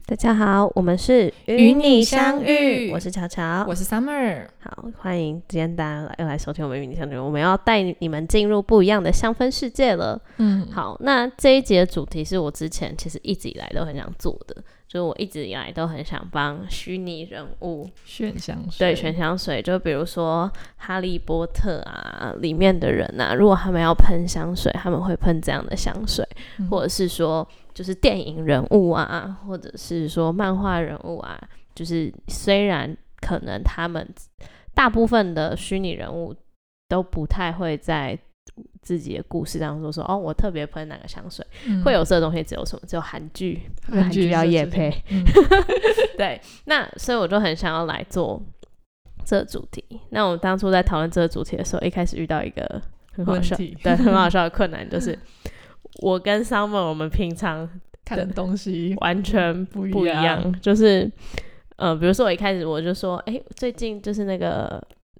大家好，我们是与你相遇我是乔乔， 我是 Summer。 好，欢迎今天大家来收听我们与你相遇，我们要带你们进入不一样的香氛世界了。好，那这一集的主题是我之前其实一直以来都很想做的，就是我一直以来都很想帮虚拟人物选香水， 对，选香水，就比如说哈利波特啊里面的人啊，如果他们要喷香水，他们会喷这样的香水，或者是说就是电影人物啊，或者是说漫画人物啊，就是虽然可能他们大部分的虚拟人物都不太会在自己的故事当中说哦，我特别喷哪个香水，会有这个东西只有什么？只有韩剧，因为韩剧要业配。对，那所以我就很想要来做这个主题。那我们当初在讨论这个主题的时候，一开始遇到一个很好笑，对，很好笑的困难，就是我跟 Summer 我们平常看的东西完全不一样，就是比如说我一开始我就说，最近就是那个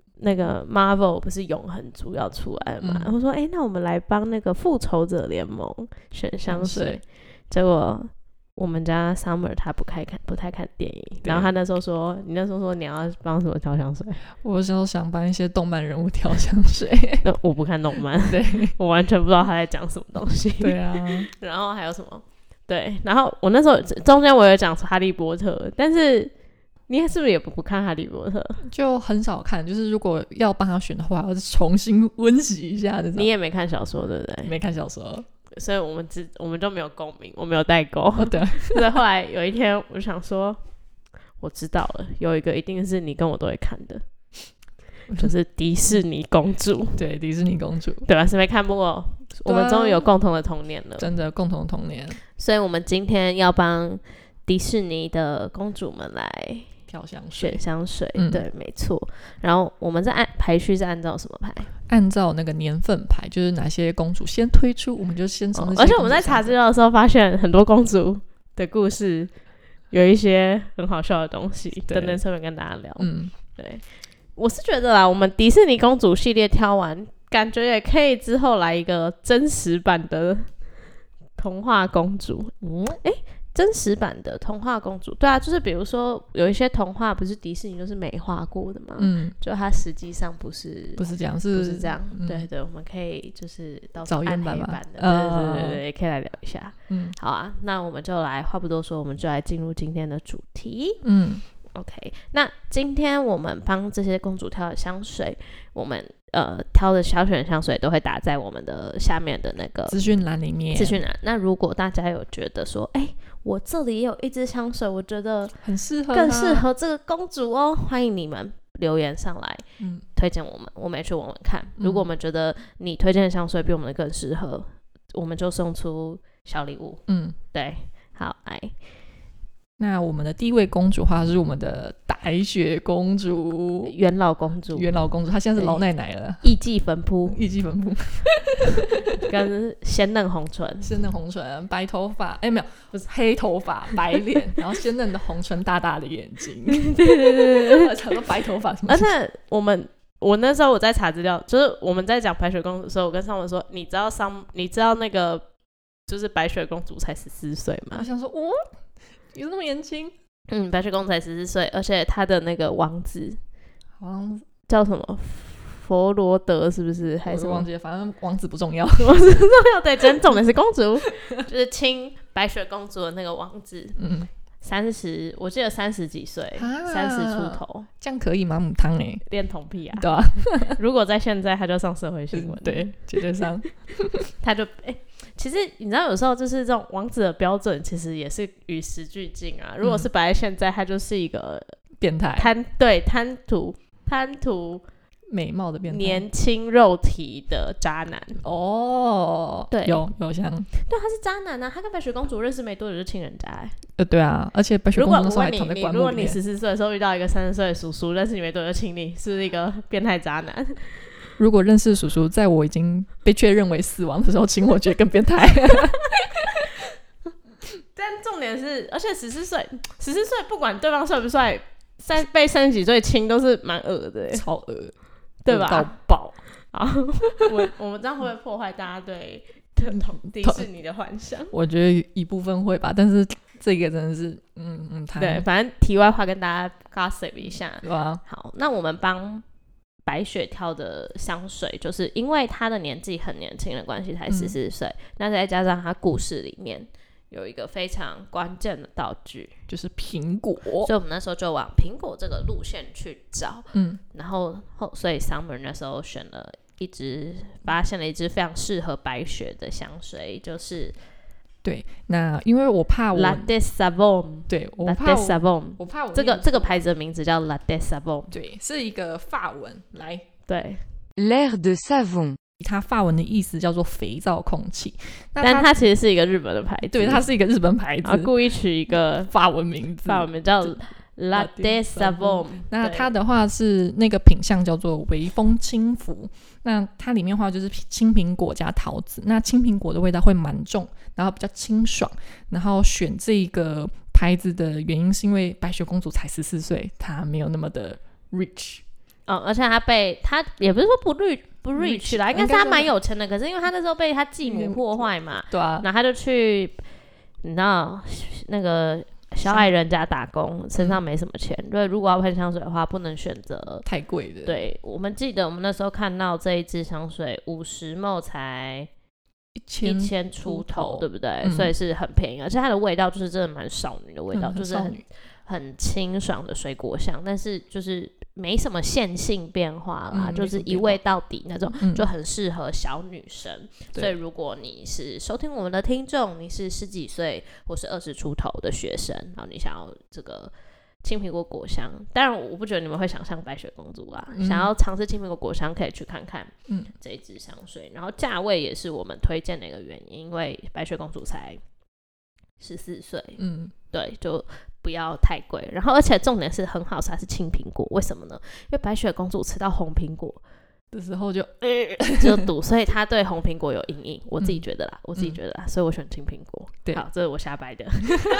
Marvel 不是永恒族要出来嘛，然后说那我们来帮那个复仇者联盟选香水，结果我们家 Summer 他不太看电影，然后他那时候说，你那时候说你要帮什么挑香水？ 我想帮一些动漫人物挑香水。 那我不看动漫， 对， 我完全不知道他在讲什么东西。 对啊， 然后还有什么？对，然后我那时候中间我有讲哈利波特，但是你是不是也不看哈利波特？ 就很少看，就是如果要帮他选的话，要重新温习一下。你也没看小说对不对？ 没看小说， 所以我们就没有共鸣，我没有代沟。 对， 所以后来有一天我想说，我知道了，有一个一定是你跟我都会看的，就是迪士尼公主。 对，迪士尼公主， 对吧？是没看过，我们终于有共同的童年了， 真的共同的童年。 所以我们今天要帮迪士尼的公主们来挑香水选香水，对，没错。然后我们在排序是按照什么排？ 按照那个年份排，就是哪些公主先推出，我们就先从那些而且我们在查资料的时候发现，很多公主的故事有一些很好笑的东西，等等，顺便跟大家聊。对，我是觉得啦，我们迪士尼公主系列挑完，感觉也可以之后来一个真实版的童话公主。真实版的童话公主，对啊，就是比如说有一些童话不是迪士尼就是美化过的嘛，就它实际上不是这样，不是这样，对对，我们可以就是到时候按黑版的，对，也可以来聊一下。好啊，那我们就来话不多说，我们就来进入今天的主题。OK， 那今天我们帮这些公主挑的香水，我们挑的挑选香水都会打在我们的下面的那个资讯栏里面。 资讯栏，那如果大家有觉得说，我这里也有一支香水，我觉得很适合， 更适合这个公主哦，欢迎你们留言上来，推荐我们也去闻闻看。如果我们觉得你推荐的香水比我们的更适合，我们就送出小礼物。对，好，来。 那我们的第一位公主的话是我们的白雪公主， 元老公主， 她现在是老奶奶了， 艺伎粉扑，跟鲜嫩红唇， 白头发，没有，不是黑头发，白脸，然后鲜嫩的红唇，大大的眼睛，对，我想说白头发什么？ 而且我那时候我在查资料，就是我们在讲白雪公主的时候，我跟上文说，你知道那个就是白雪公主才14岁吗？ 我想说，有那么年轻？ 白雪公主才14岁，而且她的那个王子叫什么？佛罗德是不是？还是忘记了？反正王子不重要， 王子不重要。对，真重点是公主，就是亲白雪公主的那个王子。30，我记得30几岁，30出头， 这样可以吗？母汤恋童癖啊， 对啊。 如果在现在，他就上社会新闻， 对，绝对上。 他就其实你知道，有时候就是这种王子的标准，其实也是与时俱进啊。如果是摆在现在，他就是一个变态， 贪图美貌的变态， 年轻肉体的渣男。对， 有像， 对，他是渣男啊！他跟白雪公主认识没多久就亲人家。 对啊，而且白雪公主那时候还躺在棺木里面。 如果你14岁的时候遇到一个30岁的叔叔，认识你没多久就亲你，是不是一个变态渣男？ 如果认识叔叔在我已经被确认为死亡的时候亲我，觉得更变态。 但重点是，而且14岁不管对方帅不帅，被30几岁亲都是蛮恶的， 超恶， 对吧？ 到爆！ 我们这样会不会破坏大家对迪士尼的幻想？ 我觉得一部分会吧，但是这个真的是对，反正题外话跟大家 gossip 一下。好，那我们帮白雪挑的香水，就是因为他的年纪很年轻的关系，才14岁，那再加上他故事里面有一个非常关键的道具， 就是苹果， 所以我们那时候就往苹果这个路线去找。然后所以 Summer 那时候发现了一支非常适合白雪的香水，就是对，那因为我怕 La de Savon， 对，我怕这个牌子的名字叫 La de Savon， 对，是一个法文，来， 对 L'air de savon， 它法文的意思叫做肥皂空气， 但它其实是一个日本的牌子， 对，它是一个日本牌子， 故意取一个法文名字叫La de Savon。 那它的话是那个品项叫做微风轻拂，那它里面的话就是青苹果加桃子，那青苹果的味道会蛮重，然后比较清爽，然后选这个牌子的原因是因为白雪公主才14岁，她没有那么的 rich， 而且她也不是说不 rich 啦，应该是她蛮有钱的，可是因为她那时候被她继母破坏嘛， 对啊， 然后她就去你知道那个小矮人家打工，身上没什么钱，对，如果要喷香水的话不能选择太贵的。 对，我们记得我们那时候看到这一支香水50ml 才1000出头，对不对？所以是很便宜，而且它的味道就是真的蛮少女的味道，就是很清爽的水果香，但是就是没什么线性变化啦，就是一味到底那种，就很适合小女生。所以如果你是收听我们的听众，你是10几岁或是20出头的学生，然后你想要这个青苹果果香，当然我不觉得你们会想象白雪公主啦，想要尝试青苹果果香可以去看看这一支香水，然后价位也是我们推荐的一个原因，因为白雪公主才14岁，对，就不要太贵，然后而且重点是很好吃，它是青苹果，为什么呢？因为白雪公主吃到红苹果的时候就堵，所以她对红苹果有阴影，我自己觉得啦，所以我选青苹果。对，好，这是我瞎掰的。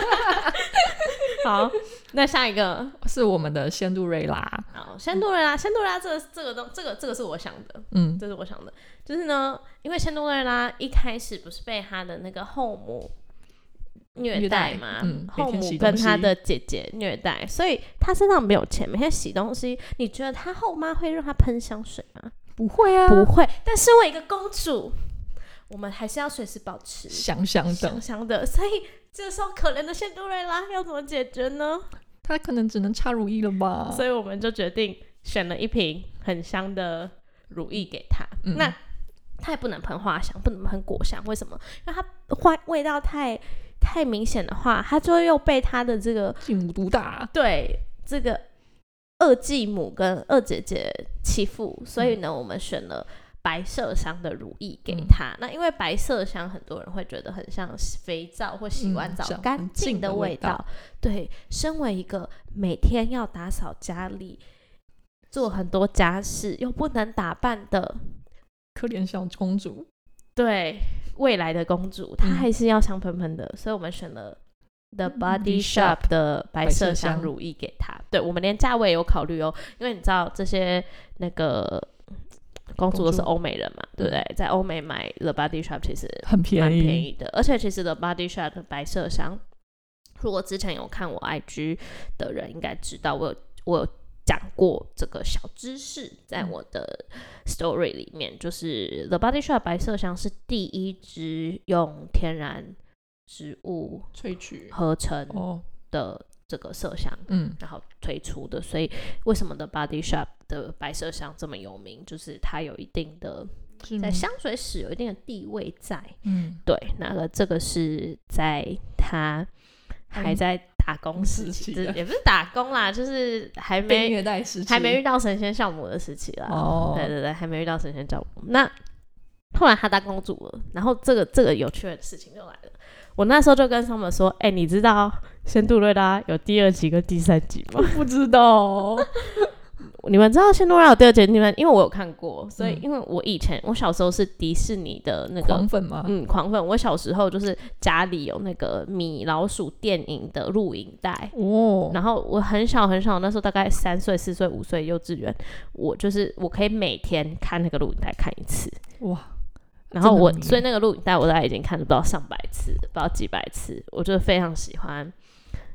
好，那下一个是我们的仙杜瑞拉。 好，仙杜瑞拉，这个是我想的，这是我想的，就是呢，因为仙杜瑞拉一开始不是被她的那个后母虐待嘛，后母跟他的姐姐虐待，所以他身上没有钱，每天洗东西。你觉得他后妈会让他喷香水吗？ 不会啊， 不会。但身为一个公主，我们还是要随时保持香香的。所以这时候可怜的仙杜瑞拉要怎么解决呢？ 他可能只能擦乳液了吧。 所以我们就决定选了一瓶很香的乳液给他。那他也不能喷花香，不能喷果香，为什么？因为他味道太明显的话，他就会又被他的这个继母毒打， 对，这个二继母跟二姐姐欺负，所以呢，我们选了白麝香的乳液给他。那因为白麝香很多人会觉得很像肥皂或洗完澡干净的味道，对，身为一个每天要打扫家里做很多家事又不能打扮的可怜小公主， 对，未来的公主，她还是要香喷喷的，所以我们选了 The Body Shop 的白麝香乳液给她。对，我们连价位也有考虑哦，因为你知道这些那个公主都是欧美人嘛，对不对？在欧美买 The Body Shop 其实很便宜的，而且其实 The Body Shop 的白麝香，如果之前有看我 IG 的人应该知道，我有讲过这个小知识，在我的 story 里面，就是 The Body Shop 白麝香是第一支用天然植物萃取合成的这个麝香，然后推出的，所以为什么 The Body Shop 的白麝香这么有名，就是它有一定的在香水史有一定的地位在，对，那这个是在它还在打工时期，也不是打工啦，就是还没遇到神仙酵母的时期啦。对对对，还没遇到神仙酵母。那后来她当公主了，然后这个有趣的事情就来了。我那时候就跟Summer说：“你知道仙杜瑞拉有第2集跟第3集吗？” 不知道。 你们知道仙杜瑞拉有第2集？因为我有看过，所以因为我小时候是迪士尼的那个狂粉吗？ 狂粉。我小时候就是家里有那个米老鼠电影的录影带然后我很小很小，那时候大概3岁、4岁、5岁幼稚园，我可以每天看那个录影带看1次。哇！然后所以那个录影带我大概已经看了不知道上百次，不知道几百次，我就非常喜欢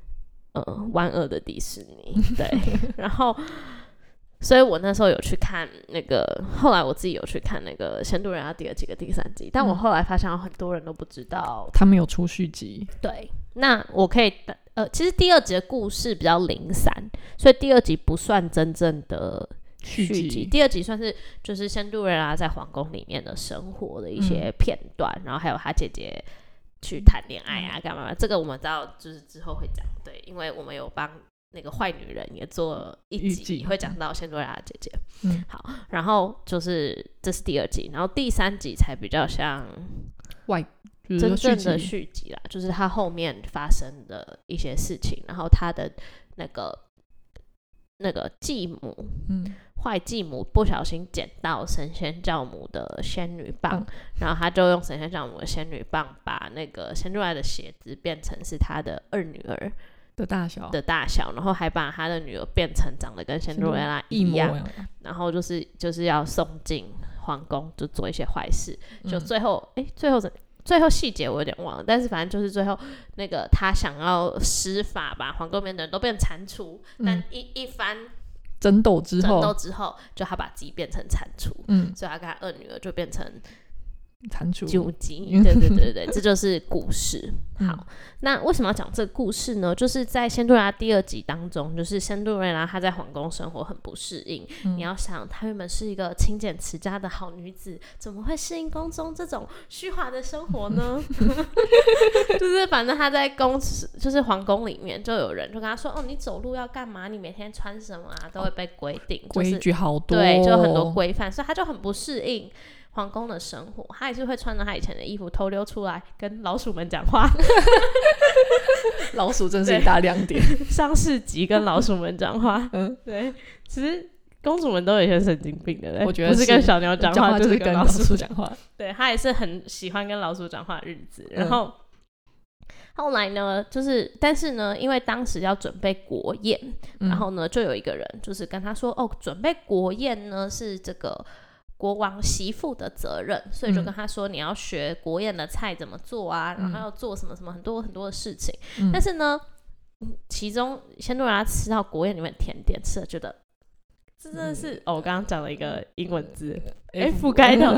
万恶的迪士尼。对，然后所以我那时候有去看那个，后来我自己有去看那个《仙杜瑞拉》第2季跟第3季，但我后来发现很多人都不知道他们有出续集。 对，那我可以其实第2集的故事比较零散，所以第2集不算真正的续集。第2集算是就是仙杜瑞拉在皇宫里面的生活的一些片段，然后还有他姐姐去谈恋爱啊干嘛，这个我们知道就是之后会讲。对，因为我们有帮那个坏女人也做一集会讲到仙杜瑞拉的姐姐。好，然后就是这是第2集，然后第3集才比较像真正的续集啦，就是他后面发生的一些事情，然后他的那个继母，坏继母不小心捡到神仙教母的仙女棒，然后他就用神仙教母的仙女棒把那个仙杜瑞拉的鞋子变成是他的2女儿的大小，然后还把他的女儿变成长得跟仙杜瑞拉一样，然后就是要送进皇宫，就做一些坏事，就最后细节我有点忘了，但是反正就是最后那个他想要施法把皇宫里面的人都变蟾蜍，但一番争斗之后， 就他把自己变成蟾蜍，所以他跟他2女儿就变成蟾蜍究极。对，这就是故事。好，那为什么要讲这个故事呢？就是在仙杜瑞拉第2集当中，就是仙杜瑞拉她在皇宫生活很不适应。你要想，她原本是一个勤俭持家的好女子，怎么会适应宫中这种虚华的生活呢？就是反正她在就是皇宫里面，就有人就跟她说：“哦，你走路要干嘛？你每天穿什么啊？都会被规定， 规矩好多， 对，就很多规范，所以她就很不适应皇宫的生活。他也是会穿着他以前的衣服偷溜出来跟老鼠们讲话。 老鼠真是一大亮点。 上市集跟老鼠们讲话。对，其实公主们都有一些神经病的， 我觉得不是跟小鸟讲话就是跟老鼠讲话。 对，他也是很喜欢跟老鼠讲话的日子。然后后来呢，就是但是呢，因为当时要准备国宴，然后呢就有一个人就是跟他说，哦，准备国宴呢是这个国王媳妇的责任，所以就跟他说你要学国宴的菜怎么做啊，然后要做什么什么很多很多的事情。但是呢，其中仙杜瑞拉吃到国宴里面的甜点，吃了觉得这真的是我刚刚讲了一个英文字 F 开头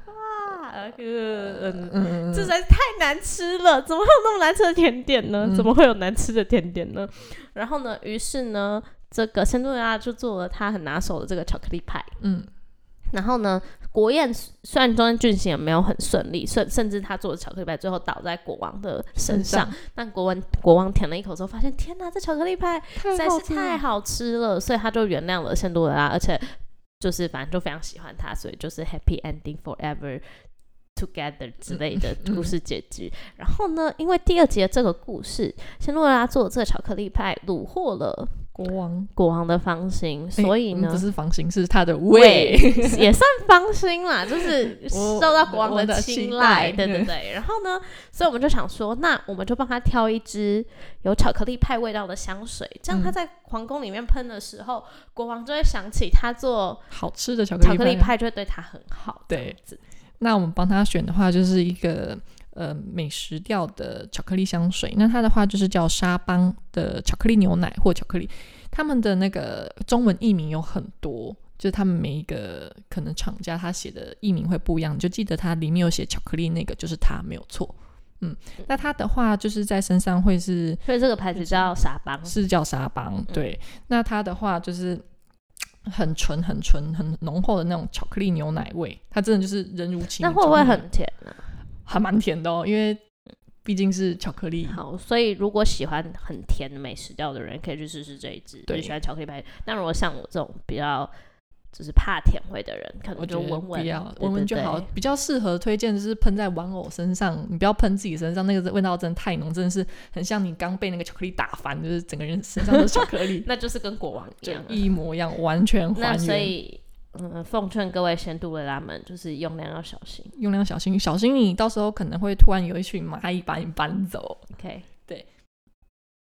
这实在是太难吃了，怎么会有那么难吃的甜点呢？怎么会有难吃的甜点呢？然后呢，于是呢，这个仙杜瑞拉就做了他很拿手的这个巧克力派。然后呢，国宴虽然中间进行也没有很顺利，甚至他做的巧克力派最后倒在国王的身上，但国王舔了一口之后发现，天哪，这巧克力派实在是太好吃了，所以他就原谅了仙杜瑞拉，而且就是反正就非常喜欢他，所以就是 happy ending forever together 之类的故事结局。然后呢，因为第2集的这个故事，仙杜瑞拉做的这个巧克力派虏获了国王的芳心，所以呢， 不是芳心，是他的胃也算芳心啦，就是受到国王的青睐。对。然后呢，所以我们就想说，那我们就帮他挑一支有巧克力派味道的香水，这样他在皇宫里面喷的时候，国王就会想起他做好吃的巧克力派，就会对他很好。 对，那我们帮他选的话，就是一个美食调的巧克力香水。那它的话就是叫沙邦的巧克力牛奶或巧克力，他们的那个中文译名有很多，就是他们每一个可能厂家他写的译名会不一样，你就记得它里面有写巧克力那个就是它，没有错。那它的话就是在身上会是， 所以这个牌子叫沙邦， 是叫沙邦。对，那它的话就是很纯很浓厚的那种巧克力牛奶味，它真的就是人如其名。 那会不会很甜啊？ 还蛮甜的哦，因为毕竟是巧克力。 好，所以如果喜欢很甜的美食调的人可以去试试这一支，对，喜欢巧克力派。但如果像我这种比较就是怕甜味的人，可能就闻闻就好。比较适合推荐就是喷在玩偶身上，你不要喷自己身上，那个味道真的太浓，真的是很像你刚被那个巧克力打翻，就是整个人身上都是巧克力。 那就是跟国王一样， 一模一样，完全还原。 那所以奉劝各位仙杜瑞拉们，就是用量要小心， 小心你到时候可能会突然有一群蚂蚁把你搬走。 OK。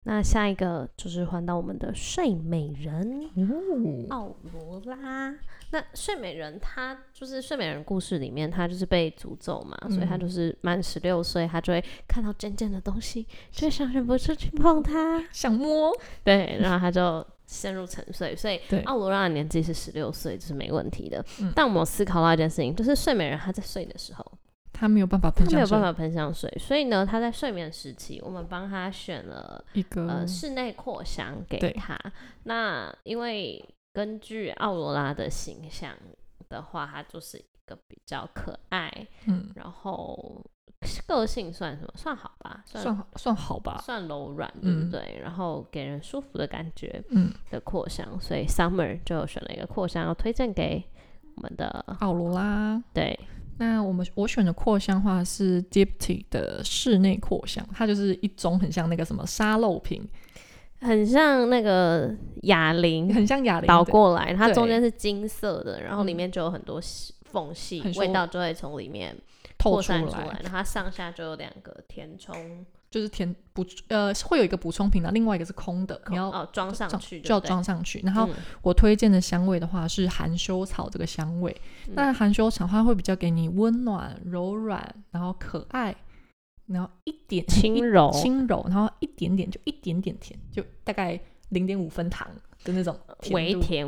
那下一个就是换到我们的睡美人奥罗拉。那睡美人她就是睡美人故事里面，她就是被诅咒嘛，所以她就是满16岁，她就会看到尖尖的东西，就会想忍不住去碰它， 想摸， 对，然后她就陷入沉睡。所以奥罗拉的年纪是16岁，这是没问题的。但我们有思考到一件事情，就是睡美人她在睡的时候， 他没有办法喷香水，所以呢，他在睡眠时期，我们帮他选了一个室内扩香给他。那因为根据奥罗拉的形象的话，他就是一个比较可爱，然后个性算什么？算好吧， 算好吧， 算柔软，对不对？然后给人舒服的感觉的扩香，所以 Summer 就选了一个扩香要推荐给我们的奥罗拉。 对。 那我选的扩香话是 Diptyque 的室内扩香，它就是一种很像那个什么沙漏瓶， 很像那个哑铃， 很像哑铃倒过来，它中间是金色的，然后里面就有很多缝隙，味道就会从里面透出来，然后它上下就有2个填充， 就是会有一个补充瓶，另外一个是空的，你要装上去， 就要装上去。然后我推荐的香味的话是含羞草这个香味，那含羞草它会比较给你温暖、柔软，然后可爱，然后一点轻柔，然后一点点甜，就大概0.5分糖的那种微甜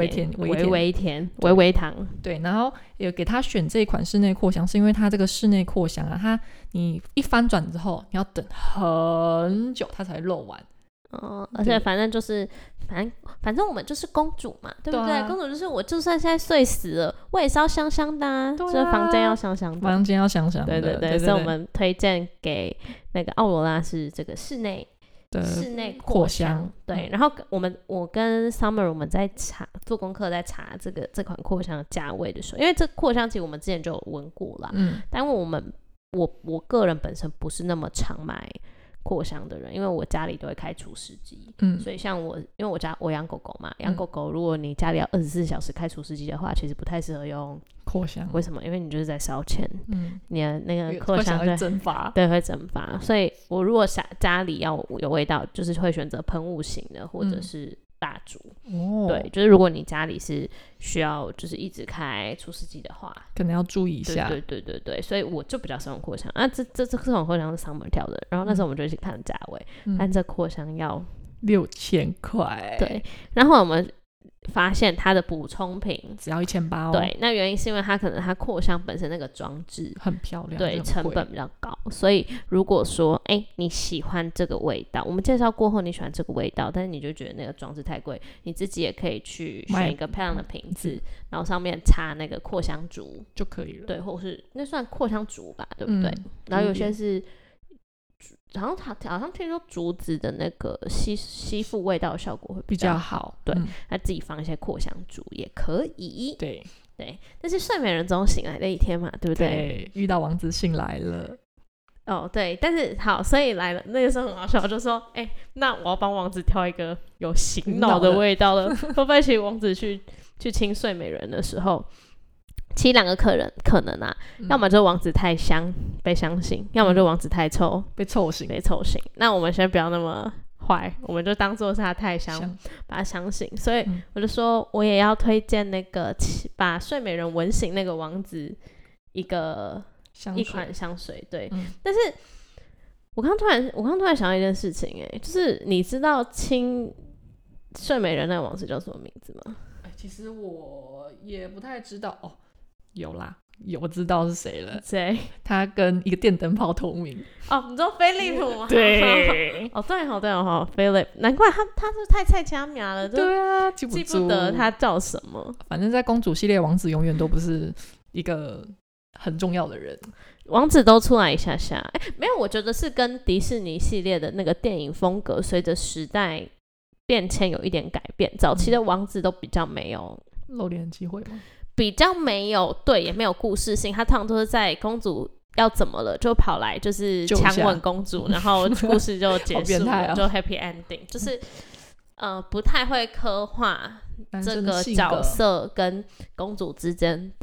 糖。 对，然后有给他选这一款室内扩香，是因为它这个室内扩香啊，你一翻转之后，你要等很久它才会漏完。 而且反正就是反正我们就是公主嘛，对不对？公主就是我就算现在睡死了，我也是要香香的啊，就是房间要香香的，对对对，所以我们推荐给那个奥罗拉是这个室内扩香。对，然后我跟 Summer 我们在做功课，在查这款扩香的价位的时候，因为这扩香其实我们之前就有闻过啦，但我个人本身不是那么常买扩香的人，因为我家里都会开除湿机，所以像因为我养狗狗嘛，养狗狗如果你家里要24小时开除湿机的话，其实不太适合用扩香。 为什么？因为你就是在烧钱，你的那个扩香会蒸发， 对，会蒸发。所以我如果家里要有味道，就是会选择喷雾型的，或者是蜡烛。对，就是如果你家里是需要就是一直开除湿机的话， 可能要注意一下。 对，所以我就比较喜欢扩香。这款扩香是 Summer 挑的，然后那时候我们就一起看价位，但这扩香要 6000块。 对，然后我们发现它的补充品只要1800哦。 对，那原因是因为它可能它扩香本身那个装置很漂亮， 对，成本比较高，所以如果说你喜欢这个味道，我们介绍过后你喜欢这个味道，但是你就觉得那个装置太贵，你自己也可以去选一个漂亮的瓶子，然后上面插那个扩香烛就可以了。 对，或是那算扩香烛吧，对不对？然后有些是好像听说竹子的那个吸附味道的效果会比较好，对，那自己放一些扩香烛也可以。 对， 但是睡美人总醒来的一天嘛，对不对？ 对，遇到王子醒来了。 对，但是好，所以来了那个时候很好笑，就说那我要帮王子挑一个有醒脑的味道了，会不会其实王子去亲睡美人的时候，其实2个可能啊，要么就王子太香被香醒，要么就王子太臭被臭醒。 那我们先不要那么坏，我们就当做是他太香把他香醒。所以我就说我也要推荐那个把睡美人闻醒那个王子一款香水。对，但是我刚突然想到一件事情，就是你知道亲睡美人那个王子叫什么名字吗？ 其实我也不太知道哦。有啦，我知道是谁了。 谁？ 他跟一个电灯泡同名。 你知道菲利普吗？ 对。 对，菲利普，难怪他是太菜加苗了。 对啊， 记不得他叫什么。 反正在公主系列，王子永远都不是一个很重要的人。 王子都出来一下下，没有，我觉得是跟迪士尼系列的那个电影风格随着时代变迁有一点改变。早期的王子都比较没有露脸机会吗？ 比较没有，对，也没有故事性。他通常都是在公主要怎么了就跑来就是强吻公主，然后故事就结束了，就 happy ending， 就是不太会刻画这个角色跟公主之间的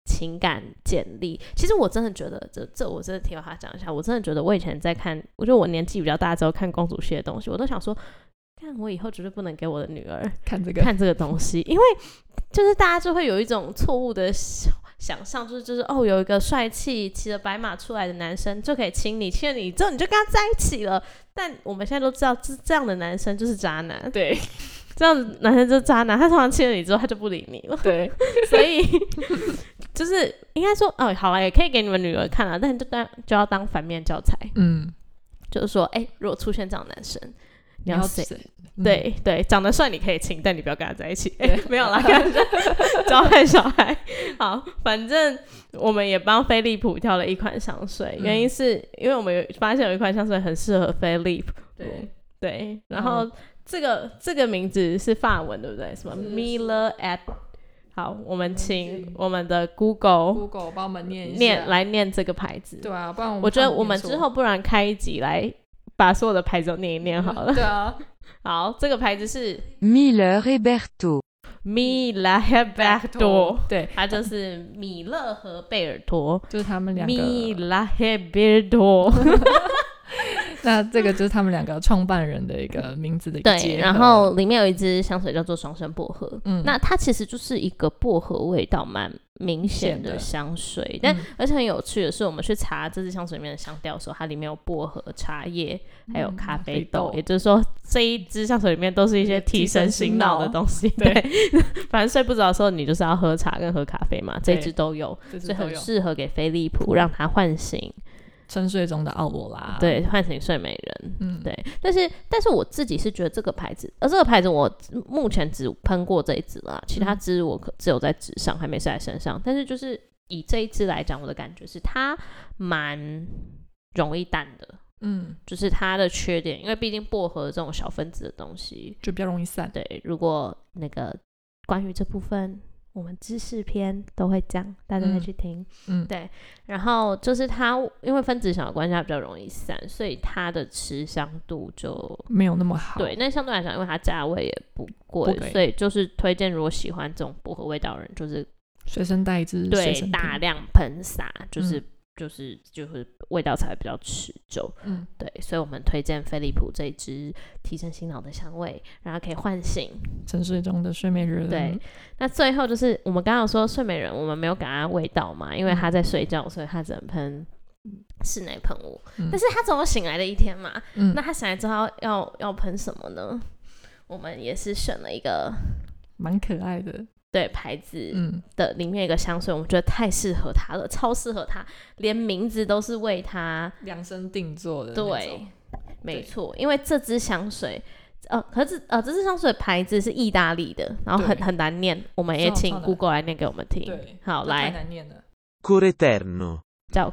情感简历。其实我真的觉得这我真的听他讲一下，我真的觉得我以前在看，我觉得我年纪比较大之后看公主系的东西，我都想说看我以后绝对不能给我的女儿看这个东西，因为就是大家就会有一种错误的想象，就是哦，有一个帅气骑着白马出来的男生就可以亲你了你之后你就跟他在一起了，但我们现在都知道这样的男生就是渣男，对，这样的男生就是渣男，他通常亲了你之后他就不理你了，对，所以就是应该说哦，好了，也可以给你们女儿看了，但就要当反面教材，就是说如果出现这样的男生你要谁？对对，长得帅你可以亲，但你不要跟他在一起。没有啦，教坏小孩。好，反正我们也帮飞利浦挑了一款香水，原因是因为我们发现有一款香水很适合飞利浦。对，然后这个名字是法文，对不对？什么 Miller at？ 好，我们请我们的 Google 帮我们念一下， 来念这个牌子。 对啊，不然我觉得我们之后不然开一集来把所有的牌子都念一念好了。 对啊。 好，这个牌子是 Miller Héberto。 Miller Héberto， 对， 它就是米勒和贝尔托， 就是他们两个 Miller Héberto。 那这个就是他们两个创办人的一个名字的一个结合。 对，然后里面有一支香水叫做双生薄荷，那它其实就是一个薄荷味道蛮明显的香水，但而且很有趣的是，我们去查这支香水里面的香调的时候，它里面有薄荷、茶叶还有咖啡豆，也就是说这一支香水里面都是一些提神醒脑的东西。对，反正睡不着的时候你就是要喝茶跟喝咖啡嘛，这一支都有，所以很适合给飞利浦让它唤醒沉睡中的奥罗拉， 对，唤醒睡美人，对。但是我自己是觉得这个牌子，这个牌子我目前只喷过这一支啦，其他支我只有在纸上，还没晒在身上。但是就是以这一支来讲，我的感觉是它蛮容易淡的，就是它的缺点，因为毕竟薄荷这种小分子的东西就比较容易散。 对，如果那个关于这部分。我们知识篇都会讲，大家再去听。对。然后就是它，因为分子小的关系，它比较容易散，所以它的持香度就没有那么好。 对，那相对来讲，因为它价位也不贵，所以就是推荐如果喜欢这种薄荷味道的人，就是随身带一支， 对，大量喷洒，就是味道才会比较持久。对，所以我们推荐飞利浦这一支提神醒脑的香味，让它可以唤醒沉睡中的睡美人。 对，那最后就是我们刚刚有说睡美人我们没有给它味道嘛，因为他在睡觉，所以他只能喷室内喷雾。但是他总有醒来的一天嘛，那他醒来之后要喷什么呢？我们也是选了一个蛮可爱的。 对，牌子的里面有一个香水，我们觉得太适合他了，超适合他，连名字都是为他量身定做的。 对，没错，因为这支香水，可是这支香水牌子是意大利的，然后很难念，我们也请 Google 来念给我们听。 对， 好，来， 太难念了。 Coreterno。 叫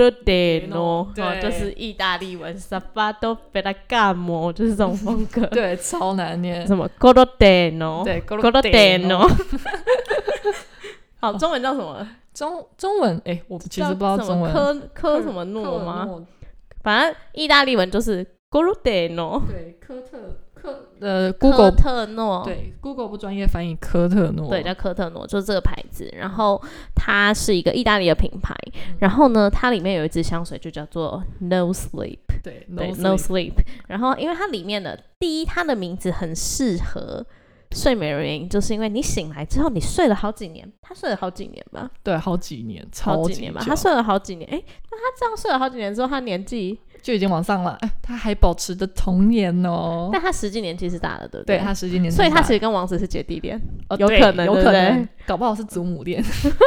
Gorodeno， 就是意大利文 Sabato Ferragamo， 就是这种风格。 对，超难念。 什么 Gorodeno？ 对 ，Gorodeno。好，中文叫什么？ 中文我其实不知道中文。 科什么诺吗？反正意大利文就是 Gorodeno。 对，Google 科特诺， 对 Google 不专业翻译科特诺， 对，叫科特诺，就是这个牌子。然后它是一个意大利的品牌，然后呢，它里面有一支香水就叫做 No Sleep， 对 No Sleep。然后因为它里面的第一，它的名字很适合睡美人，原因就是因为你醒来之后，你睡了好几年，他睡了好几年吧？ 对，好几年， 好几年吧，他睡了好几年。那他这样睡了好几年之后，他年纪就已经往上了，他还保持着童年哦。 但他实际年纪是大的，对不对？ 对，他实际年纪所以他其实跟王子是姐弟恋，有可能， 搞不好是祖母恋，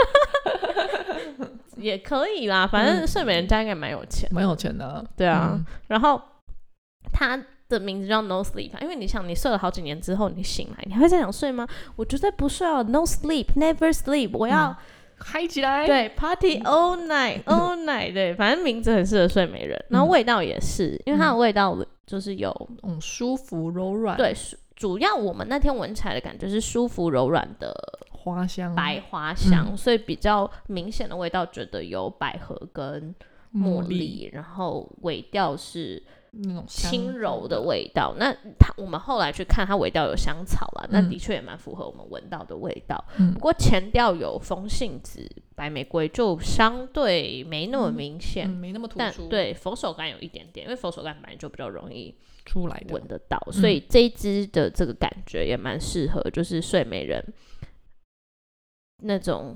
也可以啦。反正睡美人家应该蛮有钱， 蛮有钱的， 对啊。然后他的名字叫 No Sleep， 因为你想，你睡了好几年之后，你醒来，你还会再想睡吗？我绝对不睡哦 ，No Sleep， Never Sleep， 我要。 嗨起来， 对 ，Party all night，all night， 对，反正名字很适合睡美人，然后味道也是，因为它的味道就是有舒服柔软， 对，主要我们那天闻起来的感觉是舒服柔软的花香， 白花香，所以比较明显的味道，觉得有百合跟茉莉，然后尾调是那种轻柔的味道。那我们后来去看，它尾调有香草啦，那的确也蛮符合我们闻到的味道。不过前调有风信子、白玫瑰，就相对没那么明显， 没那么突出。 但对佛手柑有一点点，因为佛手柑本来就比较容易出来闻得到，所以这一支的这个感觉也蛮适合，就是睡美人那种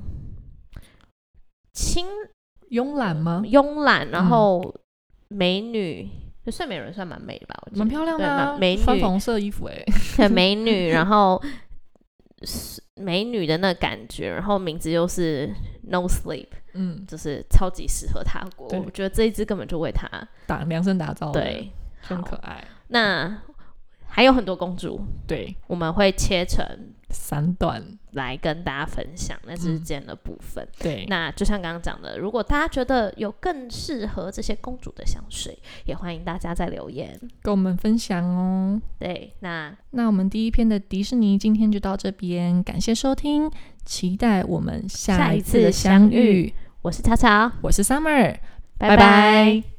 轻慵懒吗？ 慵懒，然后美女。睡美人算蛮美的吧， 蛮漂亮的啊， 美女穿粉红色衣服很美女，然后美女的那感觉，然后名字又是 No Sleep， 就是超级适合她过。我觉得这一支根本就为她量身打造的， 对， 很可爱。 那还有很多公主， 对， 我们会切成 3段来跟大家分享那之间的部分。 对， 那就像刚刚讲的，如果大家觉得有更适合这些公主的香水，也欢迎大家在留言跟我们分享哦。 对，那我们第一篇的迪士尼今天就到这边，感谢收听，期待我们下一次的相遇。 我是巧巧， 我是 Summer， 拜拜。